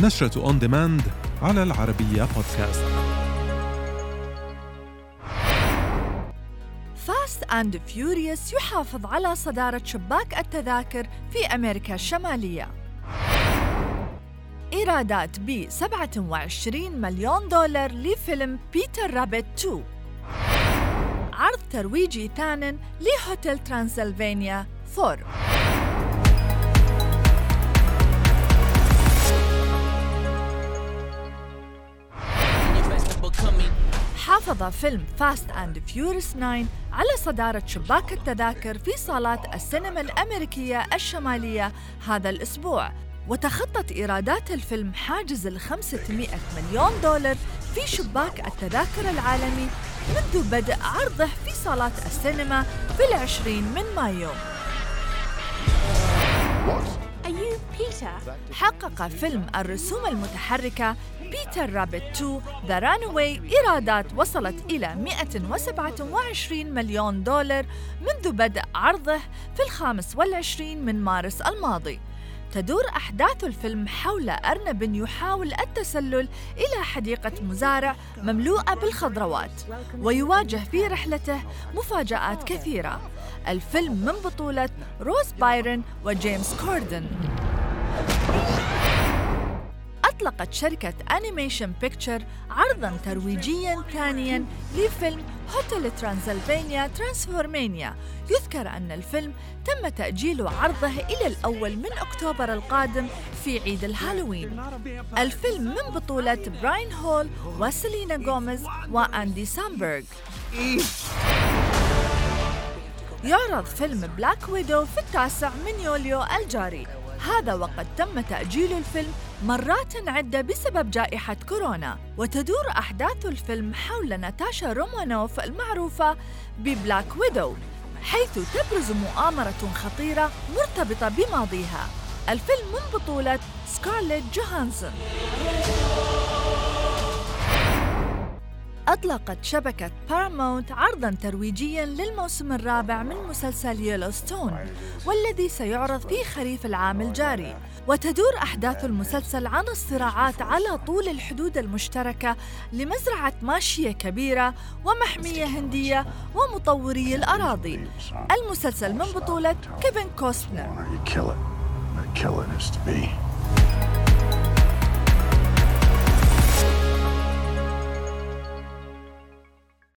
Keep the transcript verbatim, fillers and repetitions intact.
نشرة أون ديماند على العربية بودكاست. فاست أند فيوريوس يحافظ على صدارة شباك التذاكر في أمريكا الشمالية. إيرادات ب سبعة وعشرين مليون دولار لفيلم بيتر رابت تو. عرض ترويجي ثان لهوتيل ترانسلفانيا فور. حافظ فيلم فاست أند فيوريوس تسعة على صدارة شباك التذاكر في صالات السينما الأمريكية الشمالية هذا الأسبوع، وتخطت إيرادات الفيلم حاجز الخمسمائة مليون دولار في شباك التذاكر العالمي منذ بدء عرضه في صالات السينما في العشرين من مايو. حقق فيلم الرسوم المتحركة بيتر رابت تو ذا رانوي إيرادات وصلت إلى مئة وسبعة وعشرين مليون دولار منذ بدء عرضه في الخامس والعشرين من مارس الماضي. تدور أحداث الفيلم حول أرنب يحاول التسلل إلى حديقة مزارع مملوءة بالخضروات، ويواجه في رحلته مفاجآت كثيرة. الفيلم من بطولة روز بايرن وجيمس كوردن. أطلقت شركة أنيميشن بيكتشر عرضاً ترويجياً ثانياً لفيلم هوتيل ترانسلفانيا ترانسفورمانيا. يذكر أن الفيلم تم تأجيل عرضه إلى الأول من أكتوبر القادم في عيد الهالوين. الفيلم من بطولة براين هول وسيلينا غوميز وأندي سامبرغ. يعرض فيلم بلاك ويدو في التاسع من يوليو الجاري، هذا وقد تم تأجيل الفيلم مرات عدة بسبب جائحة كورونا. وتدور أحداث الفيلم حول ناتاشا رومانوف المعروفة ببلاك ويدو، حيث تبرز مؤامرة خطيرة مرتبطة بماضيها. الفيلم من بطولة سكارليت جوهانسون. أطلقت شبكة باراماونت عرضاً ترويجياً للموسم الرابع من مسلسل يellowstone، والذي سيعرض في خريف العام الجاري. وتدور أحداث المسلسل عن الصراعات على طول الحدود المشتركة لمزرعة ماشية كبيرة ومحمية هندية ومطوري الأراضي. المسلسل من بطولة كيفن كوستنر.